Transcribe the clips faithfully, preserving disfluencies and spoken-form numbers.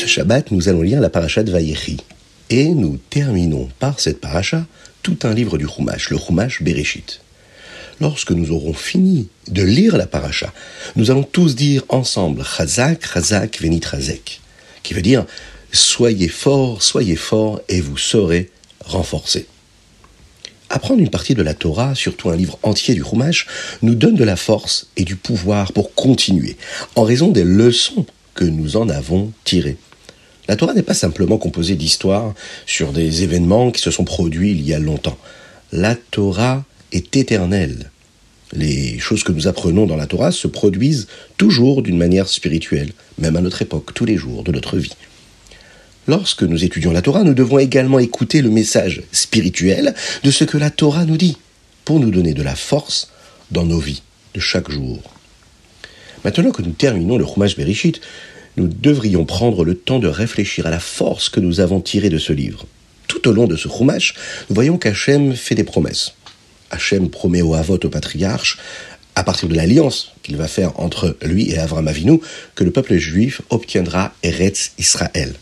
Ce Shabbat, nous allons lire la paracha de Vayechi. Et nous terminons par cette paracha tout un livre du Chumash, le Chumash Bereshit. Lorsque nous aurons fini de lire la paracha, nous allons tous dire ensemble « Chazak, Chazak, Venit Chazek », qui veut dire « Soyez forts, soyez forts, et vous serez renforcés ». Apprendre une partie de la Torah, surtout un livre entier du Chumash, nous donne de la force et du pouvoir pour continuer, en raison des leçons que nous en avons tirées. La Torah n'est pas simplement composée d'histoires sur des événements qui se sont produits il y a longtemps. La Torah est éternelle. Les choses que nous apprenons dans la Torah se produisent toujours d'une manière spirituelle, même à notre époque, tous les jours de notre vie. Lorsque nous étudions la Torah, nous devons également écouter le message spirituel de ce que la Torah nous dit, pour nous donner de la force dans nos vies de chaque jour. Maintenant que nous terminons le Chumash Bereshit, nous devrions prendre le temps de réfléchir à la force que nous avons tirée de ce livre. Tout au long de ce Chumash, nous voyons qu'Hachem fait des promesses. Hachem promet au Havot, au patriarche, à partir de l'alliance qu'il va faire entre lui et Avraham Avinu, que le peuple juif obtiendra Eretz Israël.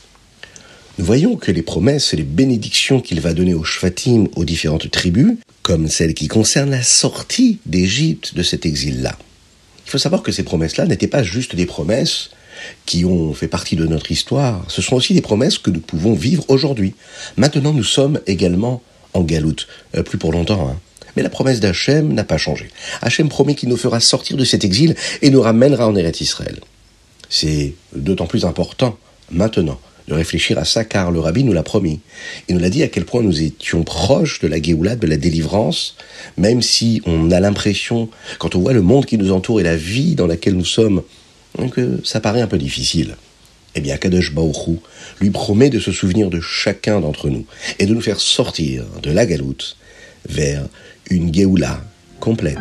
Nous voyons que les promesses et les bénédictions qu'il va donner aux Shvatim, aux différentes tribus, comme celles qui concernent la sortie d'Égypte de cet exil-là. Il faut savoir que ces promesses-là n'étaient pas juste des promesses qui ont fait partie de notre histoire. Ce sont aussi des promesses que nous pouvons vivre aujourd'hui. Maintenant, nous sommes également en galoute, euh, plus pour longtemps. Hein. Mais la promesse d'Hachem n'a pas changé. Hachem promet qu'il nous fera sortir de cet exil et nous ramènera en Eretz Israël. C'est d'autant plus important maintenant de réfléchir à ça, car le Rabbi nous l'a promis. Il nous l'a dit à quel point nous étions proches de la Géoula, de la délivrance, même si on a l'impression, quand on voit le monde qui nous entoure et la vie dans laquelle nous sommes, que ça paraît un peu difficile. Eh bien, Kadosh Baruch Hu lui promet de se souvenir de chacun d'entre nous et de nous faire sortir de la galoute vers une Géoula complète.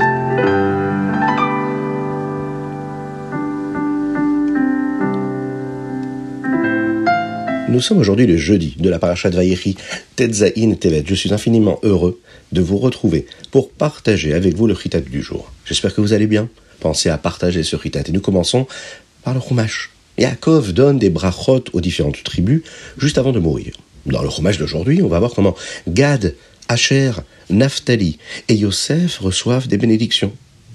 Nous sommes aujourd'hui le jeudi de la paracha de Vayechi, Tetzaïn Tevet. Je suis infiniment heureux de vous retrouver pour partager avec vous le chitat du jour. J'espère que vous allez bien. Pensez à partager ce chitat. Et nous commençons par le Chumash. Yaakov donne des brachot aux différentes tribus juste avant de mourir. Dans le Chumash d'aujourd'hui, on va voir comment Gad, Asher, Naphtali et Yosef reçoivent des bénédictions.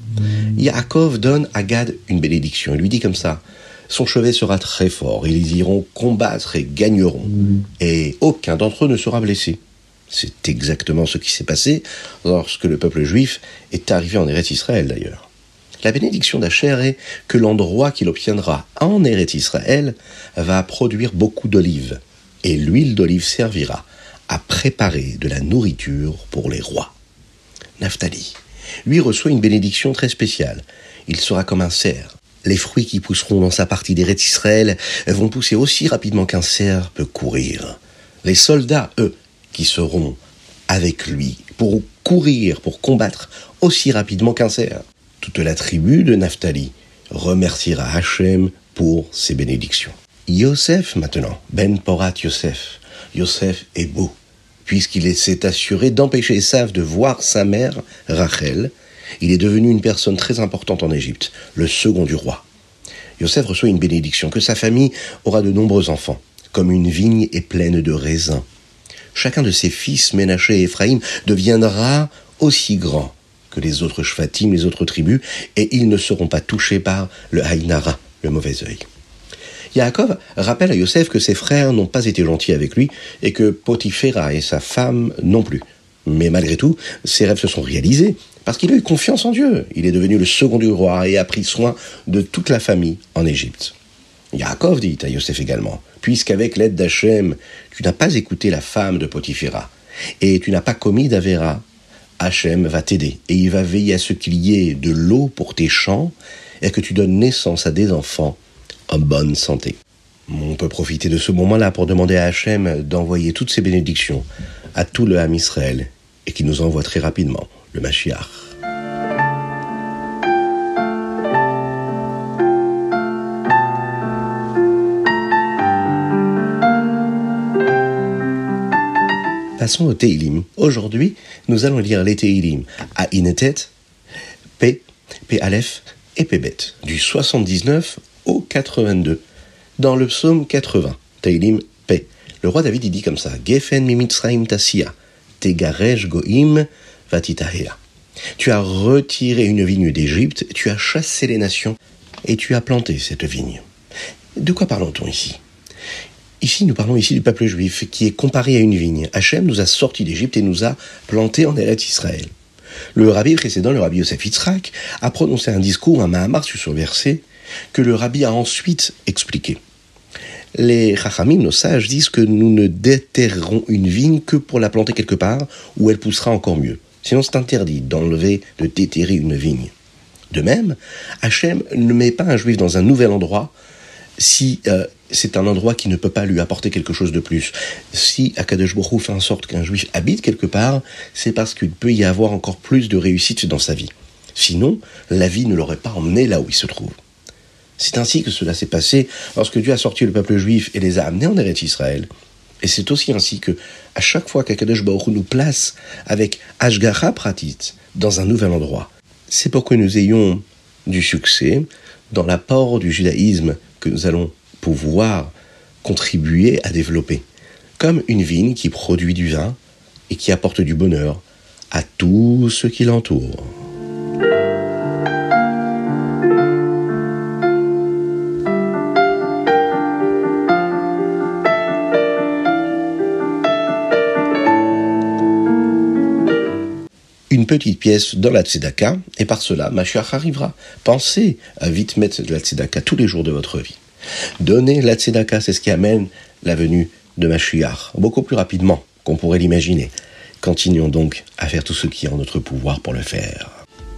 Yaakov donne à Gad une bénédiction. Il lui dit comme ça: son chevet sera très fort, ils iront combattre et gagneront, et aucun d'entre eux ne sera blessé. C'est exactement ce qui s'est passé lorsque le peuple juif est arrivé en Eretz Israël d'ailleurs. La bénédiction d'Asher est que l'endroit qu'il obtiendra en Eretz Israël va produire beaucoup d'olives, et l'huile d'olive servira à préparer de la nourriture pour les rois. Naphtali, lui, reçoit une bénédiction très spéciale. Il sera comme un cerf. Les fruits qui pousseront dans sa partie d'Eretz Israël vont pousser aussi rapidement qu'un cerf peut courir. Les soldats, eux, qui seront avec lui, pourront courir pour combattre aussi rapidement qu'un cerf. Toute la tribu de Naphtali remerciera Hachem pour ses bénédictions. Yosef maintenant, Ben Porat Yosef. Yosef est beau, puisqu'il s'est assuré d'empêcher Esav de voir sa mère, Rachel. Il est devenu une personne très importante en Égypte, le second du roi. Yosef reçoit une bénédiction, que sa famille aura de nombreux enfants, comme une vigne est pleine de raisins. Chacun de ses fils, Ménaché et Éphraïm, deviendra aussi grand que les autres Shvatim, les autres tribus, et ils ne seront pas touchés par le Haïnara, le mauvais œil. Yaakov rappelle à Yosef que ses frères n'ont pas été gentils avec lui, et que Potiphéra et sa femme non plus. Mais malgré tout, ses rêves se sont réalisés, parce qu'il a eu confiance en Dieu. Il est devenu le second du roi et a pris soin de toute la famille en Égypte. Yaakov dit à Yosef également: puisqu'avec l'aide d'Hachem, tu n'as pas écouté la femme de Potiphéra, et tu n'as pas commis d'Avéra, Hachem va t'aider, et il va veiller à ce qu'il y ait de l'eau pour tes champs, et que tu donnes naissance à des enfants en bonne santé. On peut profiter de ce moment-là pour demander à Hachem d'envoyer toutes ses bénédictions à tout le Ham Israël, et qu'il nous envoie très rapidement le Mashiach. Passons au Teilim. Aujourd'hui, nous allons lire les Teilim à Inetet, P, P Aleph et P Bet, du soixante-dix-neuf au quatre-vingt-deux. Dans le psaume quatre-vingts, Teilim P, le roi David il dit comme ça, Gefen mimitzraim tasia, tegaresh goim vatitahea. Tu as retiré une vigne d'Égypte, tu as chassé les nations et tu as planté cette vigne. De quoi parlons-on ici ? Ici, nous parlons ici du peuple juif qui est comparé à une vigne. Hachem nous a sortis d'Égypte et nous a plantés en Eretz Israël. Le rabbi précédent, le rabbi Yosef Yitzhak, a prononcé un discours, un mahamar sur ce verset, que le rabbi a ensuite expliqué. Les chachamim, nos sages, disent que nous ne déterrerons une vigne que pour la planter quelque part où elle poussera encore mieux. Sinon, c'est interdit d'enlever, de déterrer une vigne. De même, Hachem ne met pas un juif dans un nouvel endroit si euh, c'est un endroit qui ne peut pas lui apporter quelque chose de plus. Si Akadosh Baruch Hu fait en sorte qu'un juif habite quelque part, c'est parce qu'il peut y avoir encore plus de réussite dans sa vie. Sinon, la vie ne l'aurait pas emmené là où il se trouve. C'est ainsi que cela s'est passé lorsque Dieu a sorti le peuple juif et les a amenés en Eretz Israël. Et c'est aussi ainsi que, à chaque fois qu'Akadosh Baruch Hu nous place avec Hashgacha Pratit dans un nouvel endroit, c'est pour que nous ayons du succès dans l'apport du judaïsme que nous allons pouvoir contribuer à développer, comme une vigne qui produit du vin et qui apporte du bonheur à tous ceux qui l'entourent. Une petite pièce dans la tzedaka, et par cela, Mashiach arrivera. Pensez à vite mettre de la tzedaka tous les jours de votre vie. Donner la tzedaka, c'est ce qui amène la venue de Mashiach, beaucoup plus rapidement qu'on pourrait l'imaginer. Continuons donc à faire tout ce qui est en notre pouvoir pour le faire.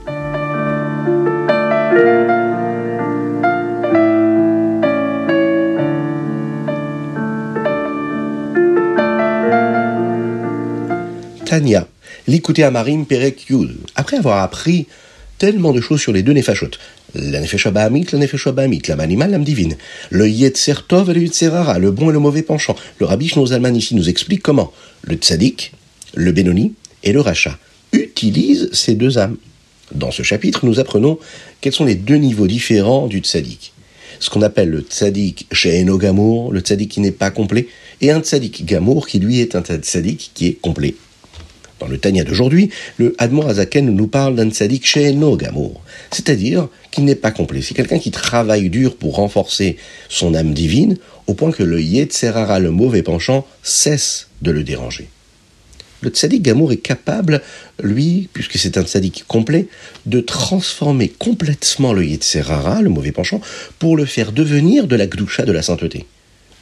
Tania. L'écouter à Marim Perek Yud. Après avoir appris tellement de choses sur les deux Nefashot, la Nefesh Bahamit, la Nefesh Bahamit, l'âme animale, l'âme divine, le Yetzer Tov et le Yetzer Hara, le bon et le mauvais penchant, le Rabbi Shlomo Zalman ici nous explique comment le Tzadik, le Benoni et le Racha utilisent ces deux âmes. Dans ce chapitre, nous apprenons quels sont les deux niveaux différents du Tzadik. Ce qu'on appelle le Tzadik She'eno Gamour, le Tzadik qui n'est pas complet, et un Tzadik Gamour qui lui est un Tzadik qui est complet. Dans le Tanya d'aujourd'hui, le Admor Azaken nous parle d'un tzaddik she'eno gamour, c'est-à-dire qu'il n'est pas complet. C'est quelqu'un qui travaille dur pour renforcer son âme divine, au point que le Yetzer Hara, le mauvais penchant, cesse de le déranger. Le tzaddik gamour est capable, lui, puisque c'est un tzaddik complet, de transformer complètement le Yetzer Hara, le mauvais penchant, pour le faire devenir de la Gdusha, de la sainteté. Comment ?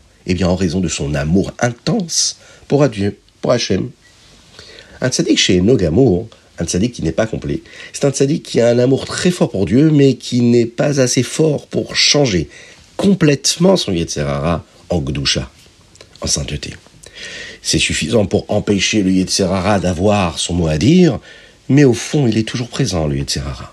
Eh bien, en raison de son amour intense pour Dieu, pour Hachem. Un tzaddik she'eno gamour, un tzaddik qui n'est pas complet, c'est un tzaddik qui a un amour très fort pour Dieu, mais qui n'est pas assez fort pour changer complètement son Yetzer Hara en Gdusha, en sainteté. C'est suffisant pour empêcher le Yetzer Hara d'avoir son mot à dire, mais au fond, il est toujours présent, le Yetzer Hara.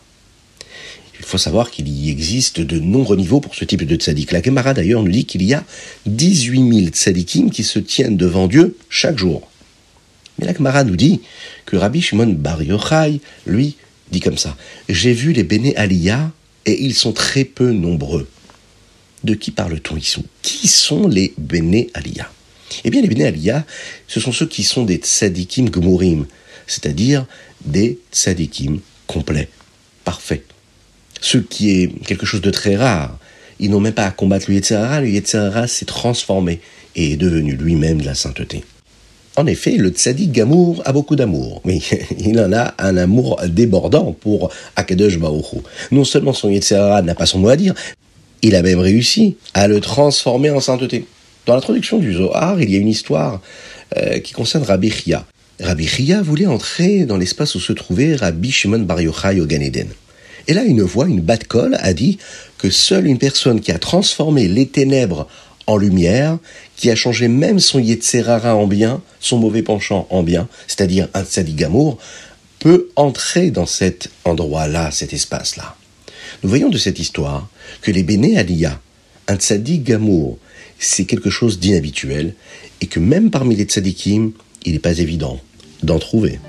Il faut savoir qu'il y existe de nombreux niveaux pour ce type de tzaddik. La Gemara d'ailleurs nous dit qu'il y a dix-huit mille tzaddikim qui se tiennent devant Dieu chaque jour. Mais la Gemara nous dit que Rabbi Shimon Bar Yochai, lui, dit comme ça. J'ai vu les Béné Aliyah et ils sont très peu nombreux. De qui parle-t-on ici ? Qui sont les Béné Aliyah ? Eh bien, les Béné Aliyah, ce sont ceux qui sont des tzadikim gmurim, c'est-à-dire des tzadikim complets, parfaits. Ce qui est quelque chose de très rare. Ils n'ont même pas à combattre le Yetzer Hara. Le Yetzer Hara s'est transformé et est devenu lui-même de la sainteté. En effet, le tzaddik gamour a beaucoup d'amour. Oui, il en a un amour débordant pour Akadosh Baruch Hu. Non seulement son Yetzer Hara n'a pas son mot à dire, il a même réussi à le transformer en sainteté. Dans l'introduction du Zohar, il y a une histoire euh, qui concerne Rabbi Chia. Rabbi Chia voulait entrer dans l'espace où se trouvait Rabbi Shimon Bar Yochai au Gan Eden. Et là, une voix, une bat kol, a dit que seule une personne qui a transformé les ténèbres en lumière, qui a changé même son Yetzer Hara en bien, son mauvais penchant en bien, c'est-à-dire un tzaddik gamour, peut entrer dans cet endroit-là, cet espace-là. Nous voyons de cette histoire que les Béné Aliyah, un tzaddik gamour, c'est quelque chose d'inhabituel, et que même parmi les tzaddikim, il n'est pas évident d'en trouver.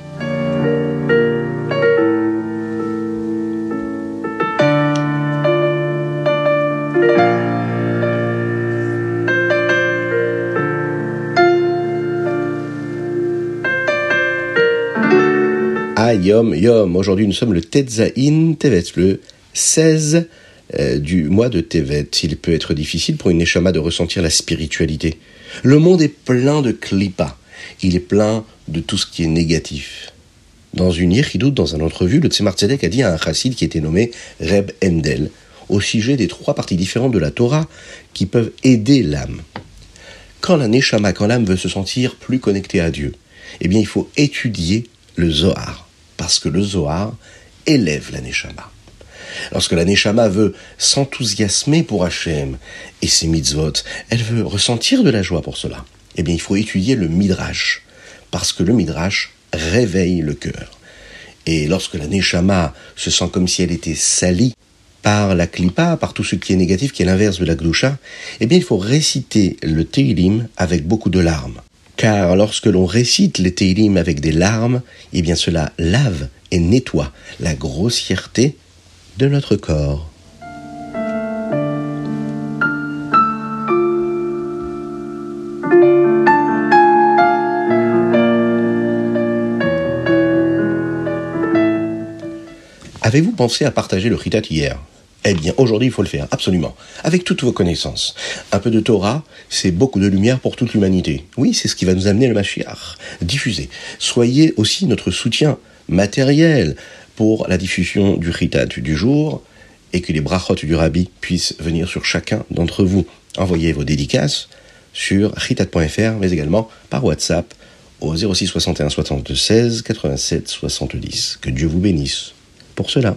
Hayom Yom. Aujourd'hui, nous sommes le Tetzaïn Tevet, le seize euh, du mois de Tevet. Il peut être difficile pour une Neshama de ressentir la spiritualité. Le monde est plein de klippa. Il est plein de tout ce qui est négatif. Dans une Yechidut, dans une entrevue, le Tzemar Tzedek a dit à un chassid qui était nommé Reb Endel, au sujet des trois parties différentes de la Torah qui peuvent aider l'âme. Quand la Neshama, quand l'âme veut se sentir plus connectée à Dieu, eh bien il faut étudier le Zohar, parce que le Zohar élève la Neshama. Lorsque la Neshama veut s'enthousiasmer pour Hachem et ses mitzvot, elle veut ressentir de la joie pour cela, eh bien il faut étudier le Midrash, parce que le Midrash réveille le cœur. Et lorsque la Neshama se sent comme si elle était salie par la klippa, par tout ce qui est négatif, qui est l'inverse de la gdusha, eh bien il faut réciter le Teilim avec beaucoup de larmes. Car lorsque l'on récite les Teilim avec des larmes, eh bien cela lave et nettoie la grossièreté de notre corps. Avez-vous pensé à partager le Chitat hier ? Eh bien, aujourd'hui, il faut le faire, absolument, avec toutes vos connaissances. Un peu de Torah, c'est beaucoup de lumière pour toute l'humanité. Oui, c'est ce qui va nous amener le Mashiach. Diffusez. Soyez aussi notre soutien matériel pour la diffusion du Chitat du jour et que les brachot du Rabbi puissent venir sur chacun d'entre vous. Envoyez vos dédicaces sur chitat point f r, mais également par WhatsApp au zéro six soixante et un soixante-deux seize quatre-vingt-sept soixante-dix. Que Dieu vous bénisse pour cela.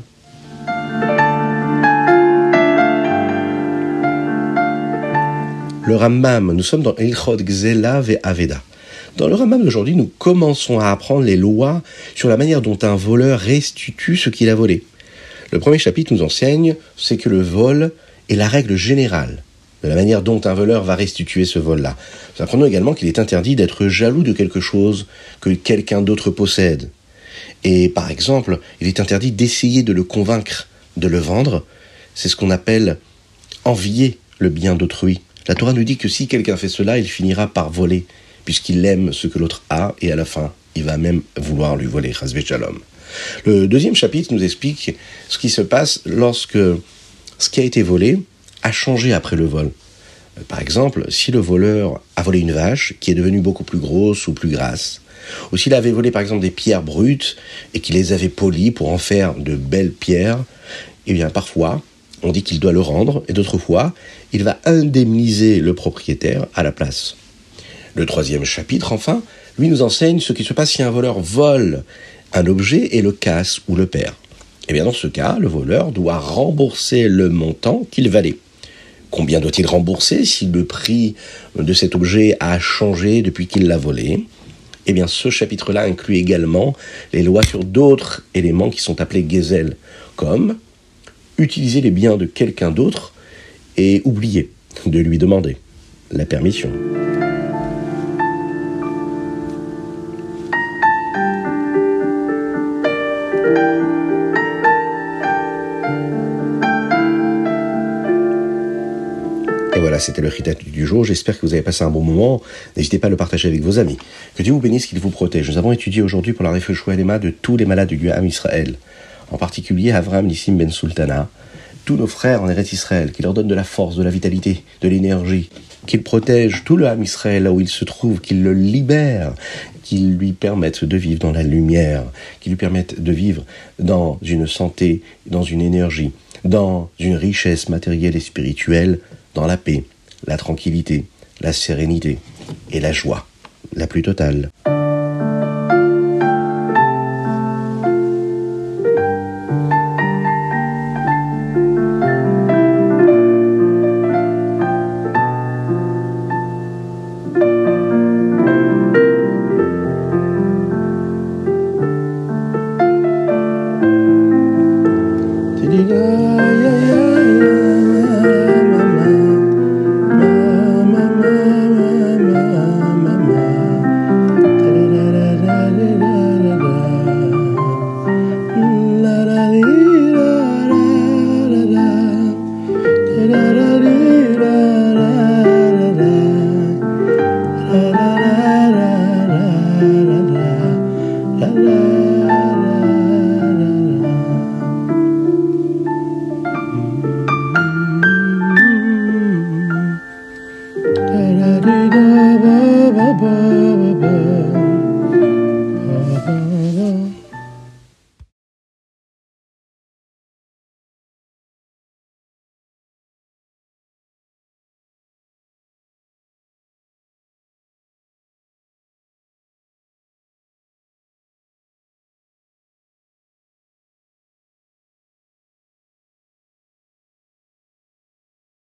Le Rambam, nous sommes dans Ilchot Gzela ve Aveda. Dans le Rambam d'aujourd'hui, nous commençons à apprendre les lois sur la manière dont un voleur restitue ce qu'il a volé. Le premier chapitre nous enseigne, c'est que le vol est la règle générale de la manière dont un voleur va restituer ce vol-là. Nous apprenons également qu'il est interdit d'être jaloux de quelque chose que quelqu'un d'autre possède. Et par exemple, il est interdit d'essayer de le convaincre de le vendre. C'est ce qu'on appelle envier le bien d'autrui. La Torah nous dit que si quelqu'un fait cela, il finira par voler, puisqu'il aime ce que l'autre a, et à la fin, il va même vouloir lui voler. Chas v'shalom. Le deuxième chapitre nous explique ce qui se passe lorsque ce qui a été volé a changé après le vol. Par exemple, si le voleur a volé une vache qui est devenue beaucoup plus grosse ou plus grasse, ou s'il avait volé par exemple des pierres brutes et qu'il les avait polies pour en faire de belles pierres, eh bien parfois, on dit qu'il doit le rendre, et d'autres fois, il va indemniser le propriétaire à la place. Le troisième chapitre, enfin, lui nous enseigne ce qui se passe si un voleur vole un objet et le casse ou le perd. Eh bien dans ce cas, le voleur doit rembourser le montant qu'il valait. Combien doit-il rembourser si le prix de cet objet a changé depuis qu'il l'a volé ? Eh bien ce chapitre-là inclut également les lois sur d'autres éléments qui sont appelés gezel, comme utiliser les biens de quelqu'un d'autre et oublier de lui demander la permission. Et voilà, c'était le Chitat du jour. J'espère que vous avez passé un bon moment. N'hésitez pas à le partager avec vos amis. Que Dieu vous bénisse, qu'il vous protège. Nous avons étudié aujourd'hui pour la Refouchoua Lema de tous les malades du Am Israël. En particulier Avram Nissim Ben Sultana, tous nos frères en Eretz Israël, qui leur donnent de la force, de la vitalité, de l'énergie, qu'ils protègent tout le Am Israël là où il se trouve, qu'ils le libèrent, qu'ils lui permettent de vivre dans la lumière, qu'ils lui permettent de vivre dans une santé, dans une énergie, dans une richesse matérielle et spirituelle, dans la paix, la tranquillité, la sérénité et la joie la plus totale.